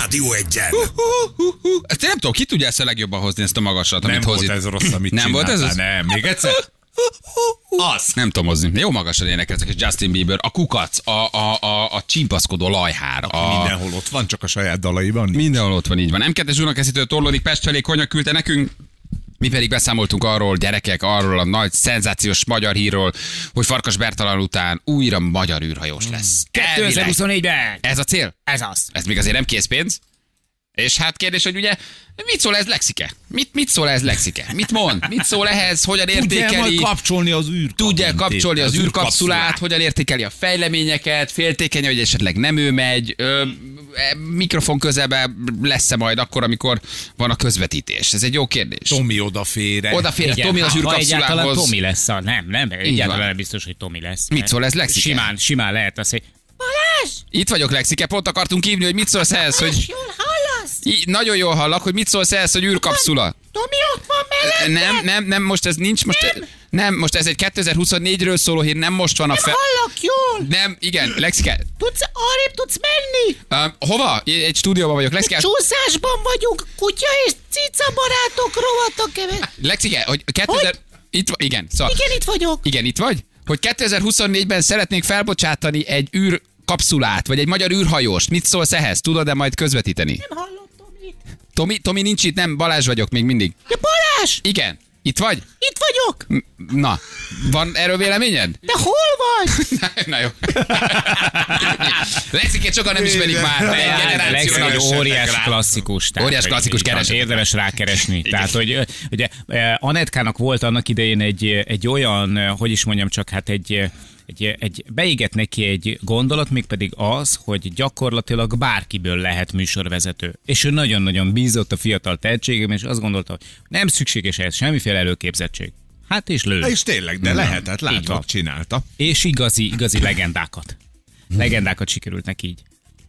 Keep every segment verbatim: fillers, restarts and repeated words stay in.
Rádió Egyen. Ezt én nem tudom, ki tudja ezt a legjobban hozni, ezt a magasat, amit Nem hozni. volt ez rossz, amit Nem volt ez az? Nem, még egyszer? Az. Nem tudom hozni. Jó magasan énekeltek, és Justin Bieber, a kukac, a, a, a, a csimpaszkodó lajhár. A... Mindenhol ott van, csak a saját dalaiban. Mindenhol ott van, így van. em kettes zsurnalkészítő torlódik Pest felé, Konya küldte nekünk. Mi pedig beszámoltunk arról, gyerekek, arról a nagy szenzációs magyar hírról, hogy Farkas Bertalan után újra magyar űrhajós lesz. kétezer-huszonnégyben! Ez a cél? Ez az. Ez még azért nem készpénz. És hát kérdés, hogy ugye, mit szól ez Lexike? Mit, mit szól ez Lexike? Mit mond? Mit szól ehhez? Hogyan értékeli? Tudja majd kapcsolni az űrkapszulát. Tudja kapcsolni az űrkapszulát, hogyan értékeli a fejleményeket, féltékeny, hogy esetleg nem ő megy, ö, mikrofon közelben lesz-e majd akkor, amikor van a közvetítés? Ez egy jó kérdés. Tomi odafér. Odafér Tomi az űrkapszulához. űrkapszulához. Tomi lesz, a, nem, nem, egyáltalán nem biztos, hogy Tomi lesz. Mit szól ez Lexike? Simán, simán lehet azt, hogy Balázs! Itt vagyok Lexike, pont akartunk hívni, hogy mit szólsz ehhez, hogy... Jól hallasz? I, nagyon jól hallak, hogy mit szólsz ehhez, hogy űrkapszula. Tomi ott van mellettem. Nem, nem, nem, most ez nincs, most nem, nem most ez egy kétezer-huszonnégyről szóló hír, nem most van a Nem fe... hallak jól. Nem, igen, Lexike. Tudsz, arrébb tudsz menni? Uh, hova? Egy stúdióban vagyok, Lexike. Csúszásban vagyunk, kutya és cica barátok rovatok kevet. Lexike, hogy kétezer... Itt van, igen, szóval... Igen, itt vagyok. Igen, itt vagy? Hogy kétezer-huszonnégyben szeretnénk felbocsátani egy űr kapszulát, vagy egy magyar űrhajóst. Mit szólsz ehhez? Tudod-e majd közvetíteni? Nem hallott Tomit. Tomi, Tomi nincs itt, nem, Balázs vagyok még mindig. Ja, Balázs! Igen. Itt vagy? Itt vagyok. Na, van erről véleményed? De hol vagy? Na, na jó. Lexikét sokan nem ismerik már. Egy generációnak. Lexi egy óriás klasszikus. Tehát, Óriás klasszikus keresett. Érdemes rákeresni. Tehát, hogy ugye Anetkának volt annak idején egy, egy olyan, hogy is mondjam csak, hát egy... Egy, egy, beégett neki egy gondolat, mégpedig az, hogy gyakorlatilag bárkiből lehet műsorvezető. És ő nagyon-nagyon bízott a fiatal tehetségében, és azt gondolta, hogy nem szükséges ehhez semmiféle előképzettség. Hát és lő. És tényleg, de lehetett, látva csinálta. És igazi, igazi legendákat. Legendákat sikerült neki így.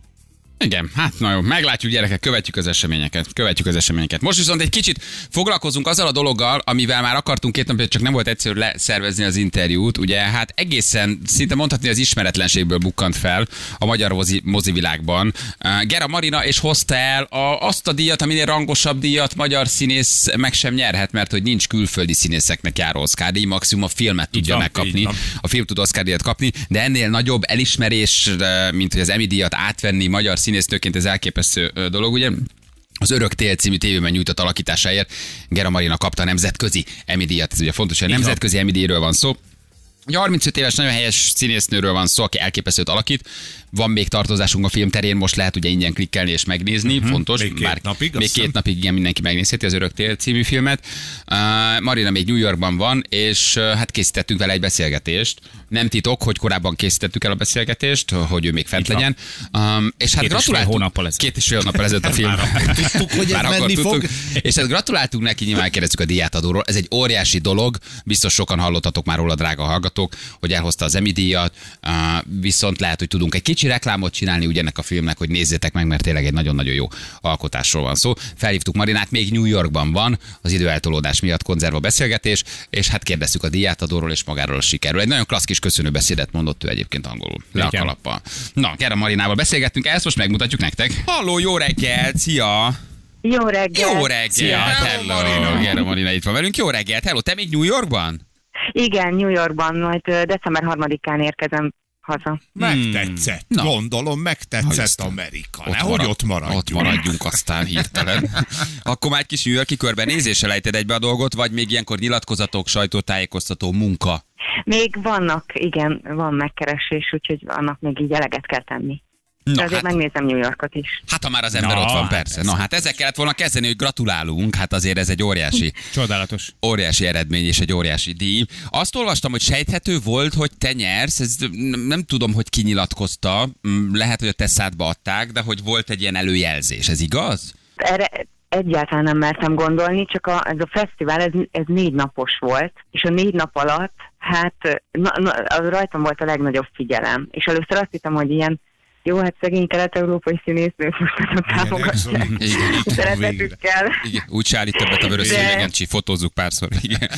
Igen, hát na jó, meglátjuk gyerekek, követjük az eseményeket, követjük az eseményeket. Most viszont egy kicsit foglalkozunk azzal a dologgal, amivel már akartunk két napja, csak nem volt egyszerű leszervezni az interjút. Ugye hát egészen szinte mondhatni az ismeretlenségből bukkant fel a magyar mozi, mozivilágban. Gera Marina, és hozta el a, azt a díjat, aminél rangosabb díjat magyar színész meg sem nyerhet, mert hogy nincs külföldi színészeknek járó Oscar díj, maximum a filmet tudja van, megkapni. A film tud Oscar díjat kapni, de ennél nagyobb elismerés, mint hogy az Emmy díjat átvenni magyar színésznőként, ez elképesztő dolog, ugye? Az Örök tél című tévében nyújtott alakításáért Gera Marina kapta a nemzetközi Emmy díjat. Ez ugye fontos, hogy a nemzetközi Emmy díjról van szó. Ugye harmincöt éves, nagyon helyes színésznőről van szó, aki elképesztőt alakít. Van még tartozásunk a film terén, most lehet ugye ingyen klikkelni és megnézni, uh-huh. fontos. Még két Már napig, még két napig igen, mindenki megnézheti az Örök tél című filmet. Uh, Marina még New Yorkban van, és uh, hát készítettünk vele egy beszélgetést. Nem titok, hogy korábban készítettük el a beszélgetést, hogy ő még fent Itt legyen. Um, és hát Két és fél hónappal ezelőtt. Két és fél hónappal ezelőtt a film. Tudtuk, hogy ez Már menni fog. És hát gratuláltunk neki, nyilván kérdezzük a díjátadóról. Ez egy óriási dolog, biztos sokan hallottatok már róla, drága hallgatók, hogy elhozta az Emmy díjat, uh, viszont lehet, hogy tudunk egy kicsi reklámot csinálni ugye ennek a filmnek, hogy nézzétek meg, mert tényleg egy nagyon-nagyon jó alkotásról van szó. Felhívtuk Marinát, még New Yorkban van, az időeltolódás miatt konzerva beszélgetés, és hát kérdezzük a díjátadóról és magáról a sikerről. Egy nagyon klassz kis köszönőbeszédet mondott ő egyébként angolul. Le a kalappal. Na, Gera Marinával beszélgettünk, ezt most megmutatjuk nektek. Halló, jó reggelt, szia! Jó reggelt! Jó reggelt! Hello, Marina. Gera Marina itt van velünk. Jó reggelt! Hello, te még New Yorkban? Igen, New Yorkban, majd december harmadikán érkezem haza. Megtetszett. Hmm. Gondolom, megtetszett Amerika. Ott Nehogy marad, ott maradjunk. Ott maradjunk aztán hirtelen. Akkor már egy kis New York-i körbenézéssel ejted egybe a dolgot, vagy még ilyenkor nyilatkozatok, sajtótájékoztató, munka? Még vannak, igen, van megkeresés, úgyhogy annak még így eleget kell tenni. Na, de azért hát, megnézem New Yorkot is. Hát ha már az ember Na, ott van, hát persze. ez. Na hát ezzel kellett volna kezdeni, hogy gratulálunk, hát azért ez egy óriási, Csodálatos. óriási eredmény és egy óriási díj. Azt olvastam, hogy sejthető volt, hogy te nyersz, ez nem tudom, hogy ki nyilatkozta, lehet, hogy a te szádba adták, de hogy volt egy ilyen előjelzés, ez igaz? Erre egyáltalán nem mertem gondolni, csak a, ez a fesztivál, ez, ez négy napos volt, és a négy nap alatt, hát na, na, az rajtam volt a legnagyobb figyelem. És először azt hittem, hogy ilyen jó, hát szegény kelet-európai színésznők most támogatják. Szeretetükkel. Igen, úgy se állít többet a vörös De... szőnyegen, csi, fotózzuk párszor. Igen.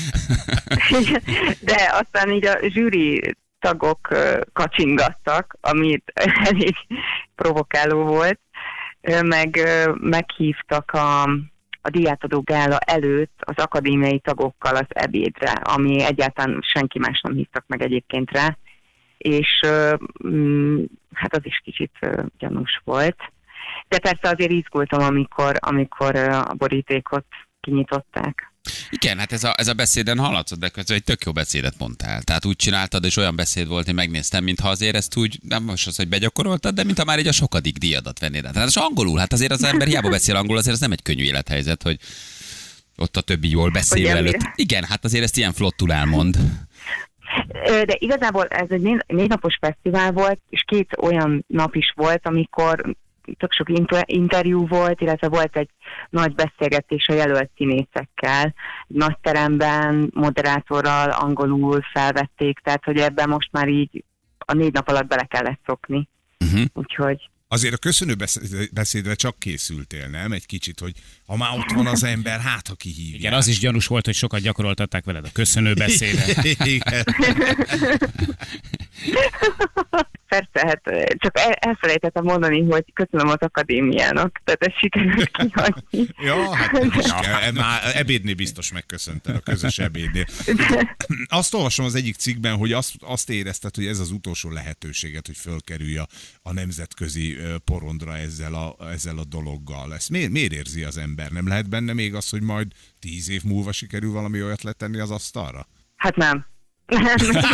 De aztán így a zsűri tagok kacsingattak, amit elég provokáló volt, meg meghívtak a, a díjátadó gála előtt az akadémiai tagokkal az ebédre, ami egyáltalán senki más nem hívtak meg egyébként rá, és hát az is kicsit gyanús volt. De persze azért izgultam, amikor, amikor a borítékot kinyitották. Igen, hát ez a, ez a beszéden hallatszott, de ez egy tök jó beszédet mondtál. Tehát úgy csináltad, és olyan beszéd volt, én megnéztem, mintha azért ezt úgy, nem most az, hogy begyakoroltad, de mintha már egy a sokadik díjadat vennéd. Hát az angolul, hát azért az ember hiába beszél angolul, azért ez nem egy könnyű élethelyzet, hogy ott a többi jól beszél előtt. Igen, hát azért ezt ilyen flottul elmond. De igazából ez egy négy, négy napos fesztivál volt, és két olyan nap is volt, amikor tök sok interjú volt, illetve volt egy nagy beszélgetés a jelölt színészekkel. Nagy teremben, moderátorral angolul felvették, tehát hogy ebben most már így a négy nap alatt bele kellett szokni. Uh-huh. Úgyhogy... Azért a köszönő beszédre csak készültél, nem? Egy kicsit, hogy ha már ott van az ember, hát ha kihívják. Igen, az is gyanús volt, hogy sokat gyakoroltatták veled a köszönő beszédet. Igen. Persze, hát csak el, elfelejtettem mondani, hogy köszönöm az akadémiának, tehát ez sikerült kihagyni. Ja, hát ja. Kell, már ebédnél biztos megköszönted, a közös ebédnél. Azt olvasom az egyik cikkben, hogy azt, azt érezted, hogy ez az utolsó lehetőséget, hogy fölkerülj a, a nemzetközi porondra ezzel a, ezzel a dologgal. Ezt miért, miért érzi az ember? Nem lehet benne még az, hogy majd tíz év múlva sikerül valami olyat letenni az asztalra? Hát nem. Nem,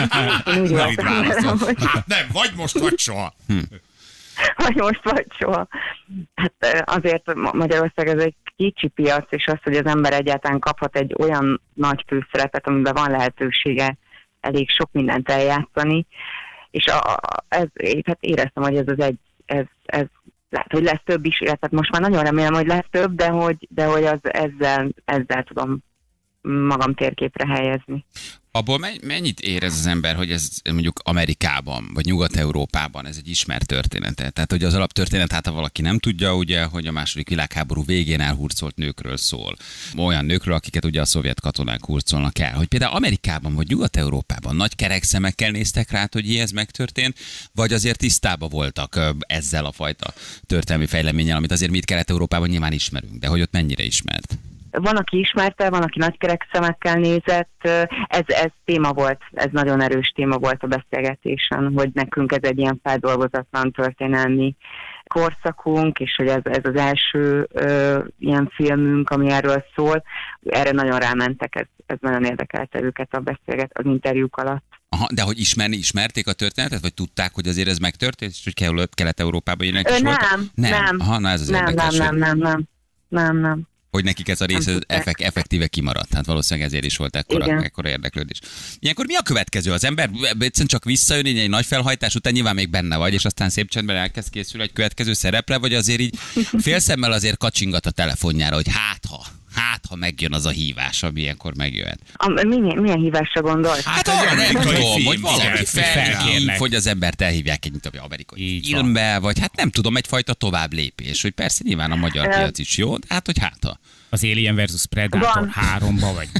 nem, hát nem, vagy most, vagy soha. Hm. Vagy most, vagy soha. Hát azért Magyarország ez egy kicsi piac, és az, hogy az ember egyáltalán kaphat egy olyan nagy főszerepet, amiben van lehetősége elég sok mindent eljátszani, és a, ez, hát éreztem, hogy ez az egy, ez, ez lehet, hogy lesz több is, tehát most már nagyon remélem, hogy lesz több, de hogy, de hogy az ezzel, ezzel tudom magam térképre helyezni. Abból mennyit érez az ember, hogy ez mondjuk Amerikában, vagy Nyugat-Európában ez egy ismert története? Tehát, hogy az alaptörténet, hát ha valaki nem tudja, ugye, hogy a második világháború végén elhurcolt nőkről szól. Olyan nőkről, akiket ugye a szovjet katonák hurcolnak el. Hogy például Amerikában, vagy Nyugat-Európában nagy kerek szemekkel néztek rá, hogy ez megtörtént, vagy azért tisztában voltak ezzel a fajta történelmi fejleménnyel, amit azért mi itt Kelet-Európában nyilván ismerünk, de hogy ott mennyire ismert? Van, aki ismerte, van, aki nagykerek szemekkel nézett. Ez, ez téma volt, ez nagyon erős téma volt a beszélgetésen, hogy nekünk ez egy ilyen feldolgozatlan történelmi korszakunk, és hogy ez, ez az első ö, ilyen filmünk, ami erről szól. Erre nagyon rámentek, ez, ez nagyon érdekelte őket a beszélget az interjúk alatt. Aha, de hogy ismerni, ismerték a történetet, vagy tudták, hogy azért ez megtörtént, és hogy Kelet-Európában ilyenek is voltak? Nem, nem. Aha, na ez az nem, érdekes. Nem, nem, nem, nem, nem, nem. Hogy nekik ez a rész effek, effektíve kimaradt. Hát valószínűleg ezért is volt ekkora, ekkora érdeklődés. Ilyenkor mi a következő? Az ember egyszerűen csak visszajön, így egy nagy felhajtás után nyilván még benne vagy, és aztán szép csendben elkezd készülni egy következő szerepre, vagy azért így félszemmel azért kacsingat a telefonjára, hogy hát ha, hát ha megjön az a hívás, ami ilyenkor megjöhet. A, milyen, milyen hívásra gondolsz? Hát olyan, nem tudom, hogy valaki felhív, hogy az embert elhívják egy mint amerikai filmbe, vagy hát nem tudom, egyfajta tovább lépés, hogy persze nyilván a magyar piac is jó, de hát hogy hát ha. Az Alien versus Predator háromba vagy.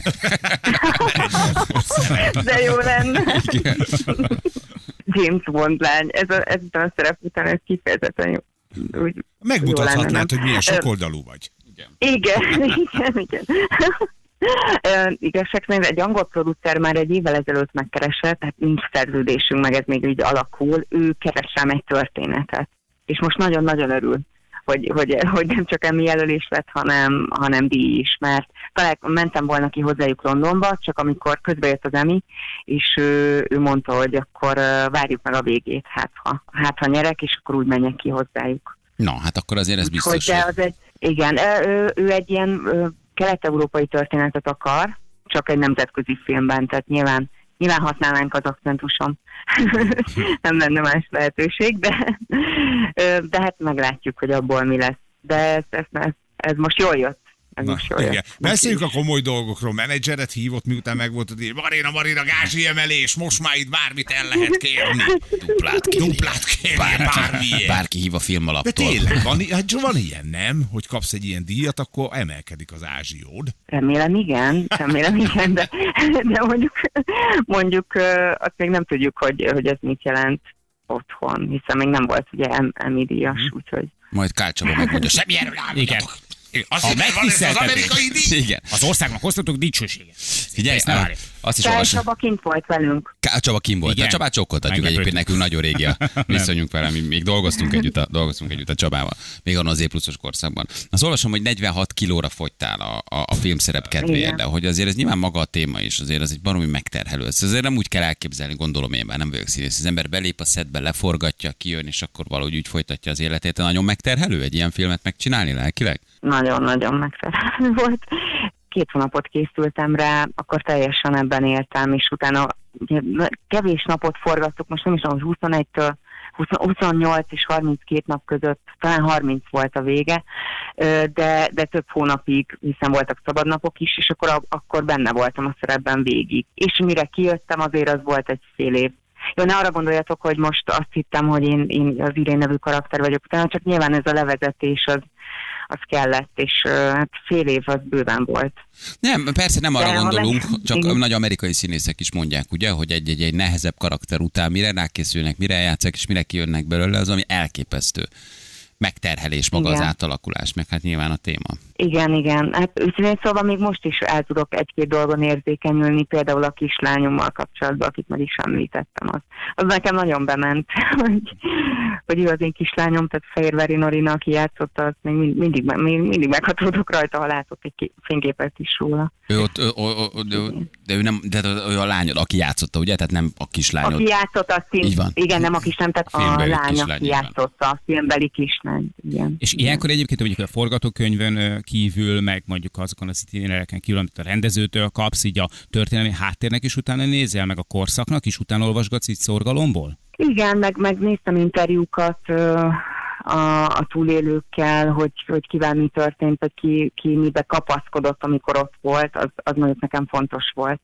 De jó lenne. James Bond lány, ez a, ez a szerep után ez kifejezetten jó. Úgy megmutathatnád, hogy milyen sokoldalú vagy. Igen, igen, igen. Igazság szerint egy angol producer már egy évvel ezelőtt megkeresett, tehát nincs szerződésünk, meg ez még így alakul, ő keres rám egy történetet. És most nagyon-nagyon örül, hogy, hogy, hogy nem csak Emmy jelölés lett, hanem, hanem díj is, mert talán mentem volna ki hozzájuk Londonba, csak amikor közbejött az Emmy, és ő, ő mondta, hogy akkor várjuk meg a végét, hát ha, hát ha nyerek, és akkor úgy menjek ki hozzájuk. Na, hát akkor azért ez biztos. Hogy az egy, igen, ő, ő egy ilyen kelet-európai történetet akar, csak egy nemzetközi filmben, tehát nyilván, nyilván használnánk az akcentusom. Nem lenne más lehetőség, de, de hát meglátjuk, hogy abból mi lesz. De ez, ez, ez, ez most jól jött. Na, igen. Beszéljük a komoly dolgokról. Menedzseret hívott, miután megvolt, hogy Marina, Marina, gázsi emelés, most már itt bármit el lehet kérni. Duplát kérni. Duplát kérni, bárki, bármilyen. Bárki hív a filmalaptól. De tényleg, van, hát van ilyen, nem? Hogy kapsz egy ilyen díjat, akkor emelkedik az ázsiód. Remélem igen, remélem igen, de, de mondjuk, mondjuk azt még nem tudjuk, hogy, hogy ez mit jelent. otthon, hiszen még nem volt ugye em- Emmy díjas, Mhm. úgyhogy... Majd Kál Csaba megmondja, semmi erről áll. Igen. Azt A hiszem, van ez az megtiszteltetés. amerikai díj. Igen. Az országnak hoztatok dicsőséget. Figyelj, Ezt ne várj. azt is Kál olvasom. Csaba kint volt velünk. Kál Csaba kim volt. Igen. A Csabát csokkoltatjuk Meglepődtünk. egyébként, nekünk nagyon régi a viszonyunk vele, mi még dolgoztunk együtt a, dolgoztunk együtt a Csabával, még annak az E-pluszos korszakban. Azt olvasom, hogy negyvenhat kilóra fogytál a, a, a filmszerep kedvéért, Igen. de hogy azért ez nyilván maga a téma is, azért az egy baromi megterhelő. Ezt azért nem úgy kell elképzelni, gondolom én, már nem vagyok színész. Az ember belép a szedbe, leforgatja, kijön, és akkor valahogy úgy folytatja az életét. Nagyon megterhelő egy ilyen filmet megcsinálni lelkileg? Nagyon-nagyon megfelelő volt. Két hónapot készültem rá, akkor teljesen ebben éltem, és utána ugye, kevés napot forgattuk, most nem is tudom, huszonegytől huszonnyolc és harminckét nap között, talán harminc volt a vége, ö, de, de több hónapig, hiszen voltak szabadnapok is, és akkor, akkor benne voltam a szerepben végig. És mire kijöttem, azért az volt egy fél év. Jó, ne arra gondoljatok, hogy most azt hittem, hogy én, én az Irén nevű karakter vagyok, utána csak nyilván ez a levezetés az, az kellett, és uh, hát fél év az bőven volt. Nem, persze nem arra De, gondolunk, ha meg- csak igen. nagy amerikai színészek is mondják, ugye, hogy egy-egy egy nehezebb karakter után mire rákészülnek, mire játszák, és mire kijönnek belőle, az ami elképesztő megterhelés maga Igen. az átalakulás, meg hát nyilván a téma. Igen, igen. Hát őszintén szóval még most is el tudok egy-két dolgon érzékenyülni, például a kislányommal kapcsolatban, akit meg is említettem. Az, az nekem nagyon bement, hogy, hogy ő az én kislányom, tehát Fehérvári Norina, aki játszotta, azt még mind- mindig, mindig, mindig meghatódok rajta, ha látok egy ké- fényképet is róla. Ő ott, ö, ö, ö, ö, de ő nem, de ő a lányod, aki játszotta, ugye? Tehát nem a kislányod. Aki játszott a Így van. szín... Igen, nem a kislány, tehát a Filmbeli lány, kislány, aki így van. játszotta a filmbeli kislány. Igen. És ilyenkor egyébként mondjuk a forgatókönyvön ö, kívül, meg mondjuk azokon az itinereken kívül, amit a rendezőtől kapsz, így a történelmi háttérnek is utána nézel, meg a korszaknak is utána olvasgatsz így szorgalomból? Igen, meg, meg néztem interjúkat ö, a, a túlélőkkel, hogy, hogy kivel mi történt, vagy ki, ki mibe kapaszkodott, amikor ott volt, az, az mondjuk nekem fontos volt.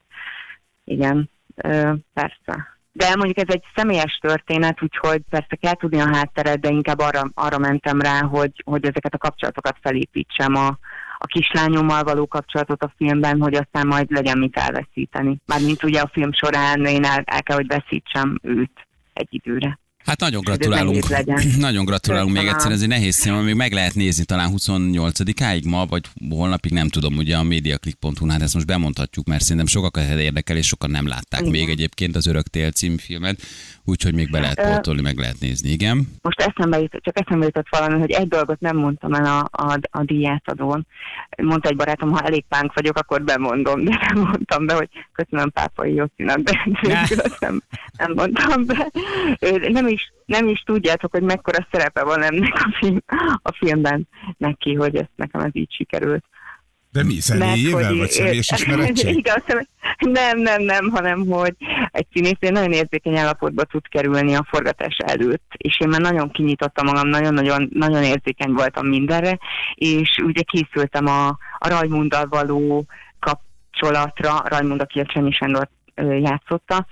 Igen, ö, persze. De mondjuk ez egy személyes történet, úgyhogy persze kell tudni a hátteret, de inkább arra, arra mentem rá, hogy, hogy ezeket a kapcsolatokat felépítsem, a, a kislányommal való kapcsolatot a filmben, hogy aztán majd legyen mit elveszíteni. Mármint ugye a film során én el, el kell, hogy veszítsem őt egy időre. Hát nagyon ez gratulálunk. nehéz legyen. Nagyon gratulálunk még Köszönöm. egyszer, ez egy nehéz téma, még meg lehet nézni talán huszonnyolcadikáig ma, vagy holnapig, nem tudom, ugye a mediaclick pont hu, hát ezt most bemondhatjuk, mert szerintem sokakat érdekel, és sokan nem látták Igen. még egyébként az Örök tél című filmet, úgyhogy még be lehet Ö, pótolni, meg lehet nézni, igen. Most eszembe jutott, csak eszembe jutott valami, hogy egy dolgot nem mondtam el a, a, a díjátadón. Mondta egy barátom, ha elég pánk vagyok, akkor bemondom, de nem mondtam be, hogy köszönöm Pápai Jocinak, de végül azt nem, nem mondtam be. Ö, Nem is, nem is tudjátok, hogy mekkora szerepe van ennek a, film, a filmben neki, hogy ezt nekem ez így sikerült. De mi, személyével, hogy- vagy személyes ismeretség? Igen, személy- nem, nem, nem, hanem hogy egy színész nagyon érzékeny állapotba tud kerülni a forgatás előtt, és én már nagyon kinyitottam magam, nagyon-nagyon nagyon érzékeny voltam mindenre, és ugye készültem a, a Rajmunddal való kapcsolatra, Rajmund, aki a Csányi Sándor ö, játszotta,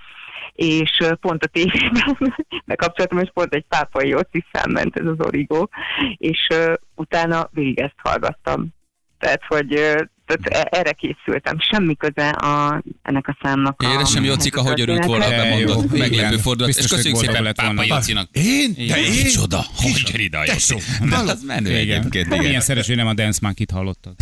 és ö, pont a tévében megkapcsoltam, és pont egy Pápai Jóci felment ez az origó, és ö, utána végig ezt hallgattam. Tehát, hogy ö, tehát erre készültem. Semmi köze a, ennek a számnak a... Édesem Jocika, hogy örült volna, E, bemondott, jó, meglepő igen. fordulat. És Biztos, hogy köszönjük boldog szépen lett volna. Pápai Jocinak. Én? De én? Micsoda, hogy jön ide a Joci. De az menő egyébként, Ilyen igen. szeres, hogy nem a Dance Monkey-t hallottad.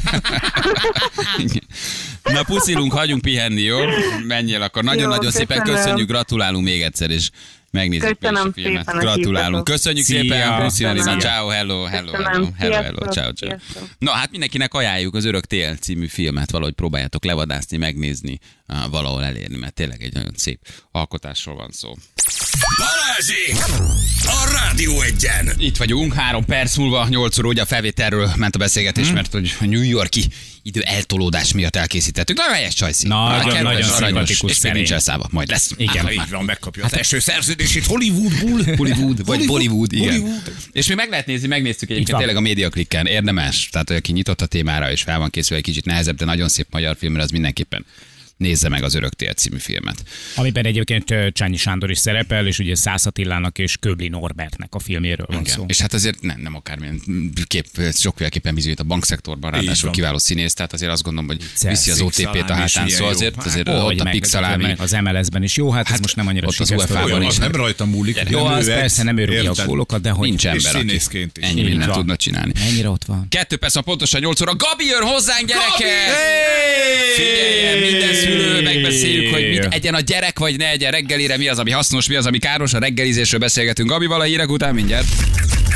Na puszilunk, hagyjunk pihenni, jó? Menjél akkor. Nagyon-nagyon Jó, szépen köszönöm. köszönjük, gratulálunk még egyszer, és megnézzük mi is a Köszönöm filmet. szépen a Gratulálunk. hívatot. Köszönjük Szia. szépen, Puszi Köszönöm. Marina. Ciao, hello, hello, hello, Köszönöm. hello, hello, Sziasztok. ciao, ciao. Sziasztok. Na hát mindenkinek ajánljuk az Örök tél című filmet, valahogy próbáljátok levadászni, megnézni, ah, valahol elérni, mert tényleg egy nagyon szép alkotásról van szó. Balázsék! A Rádió Egyen! Itt vagyunk, három perc múlva, nyolc óra, ugye a felvételről ment a beszélgetés, hmm. mert hogy a New Yorki idő eltolódás miatt elkészítettük. Nagyon helyes csajszi. Nagyon, Ah, kedves, nagyon aranyos, szimpatikus, és még szerény. nincs elszállva, majd lesz. Igen. Hát, Így van, megkapja az első szerződését Hollywoodból. Hollywood, vagy Bollywood, igen. Hollywood. És még meg lehet nézni, megnéztük egyébként van. tényleg a Mediaclicken, érdemes. Tehát, hogy aki nyitott a témára és fel van készülve, egy kicsit nehezebb, de nagyon szép magyar film, az mindenképpen nézze meg az Örök tél című filmet. Amiben egyébként ö, Csányi Sándor is szerepel, és ugye Szász Attilának és Köbli Norbertnek a filmjéről van Igen. szó. És hát azért nem, nem akármilyen kép, sokféleképpen bizonyít a bankszektorban, ráadásul kiváló színész, tehát azért azt gondolom, hogy viszi az o té pét a hátán, szóval azért, azért Ó, ott a meg, Pixalámi. meg az em el es-ben is jó, hát, hát ez most nem annyira ott az sikeresztő. u ef á-ban Az is. nem rajta múlik. Jó, az persze nem őrüli a Érted? gólokat, de hogy Nincs És ember, aki színészként is. ennyi Így mindent van. tudna csinálni. mennyire ott van. Kettő perc van pontosan nyolc óra. Gabi jön hozzánk, gyerekek! Figyeljen, minden szülő, megbeszéljük, hogy mit egyen a gyerek, vagy ne egyen reggelire, mi az, ami hasznos, mi az, ami káros. A reggelizésről beszélgetünk Gabival, a hírek után mindjárt.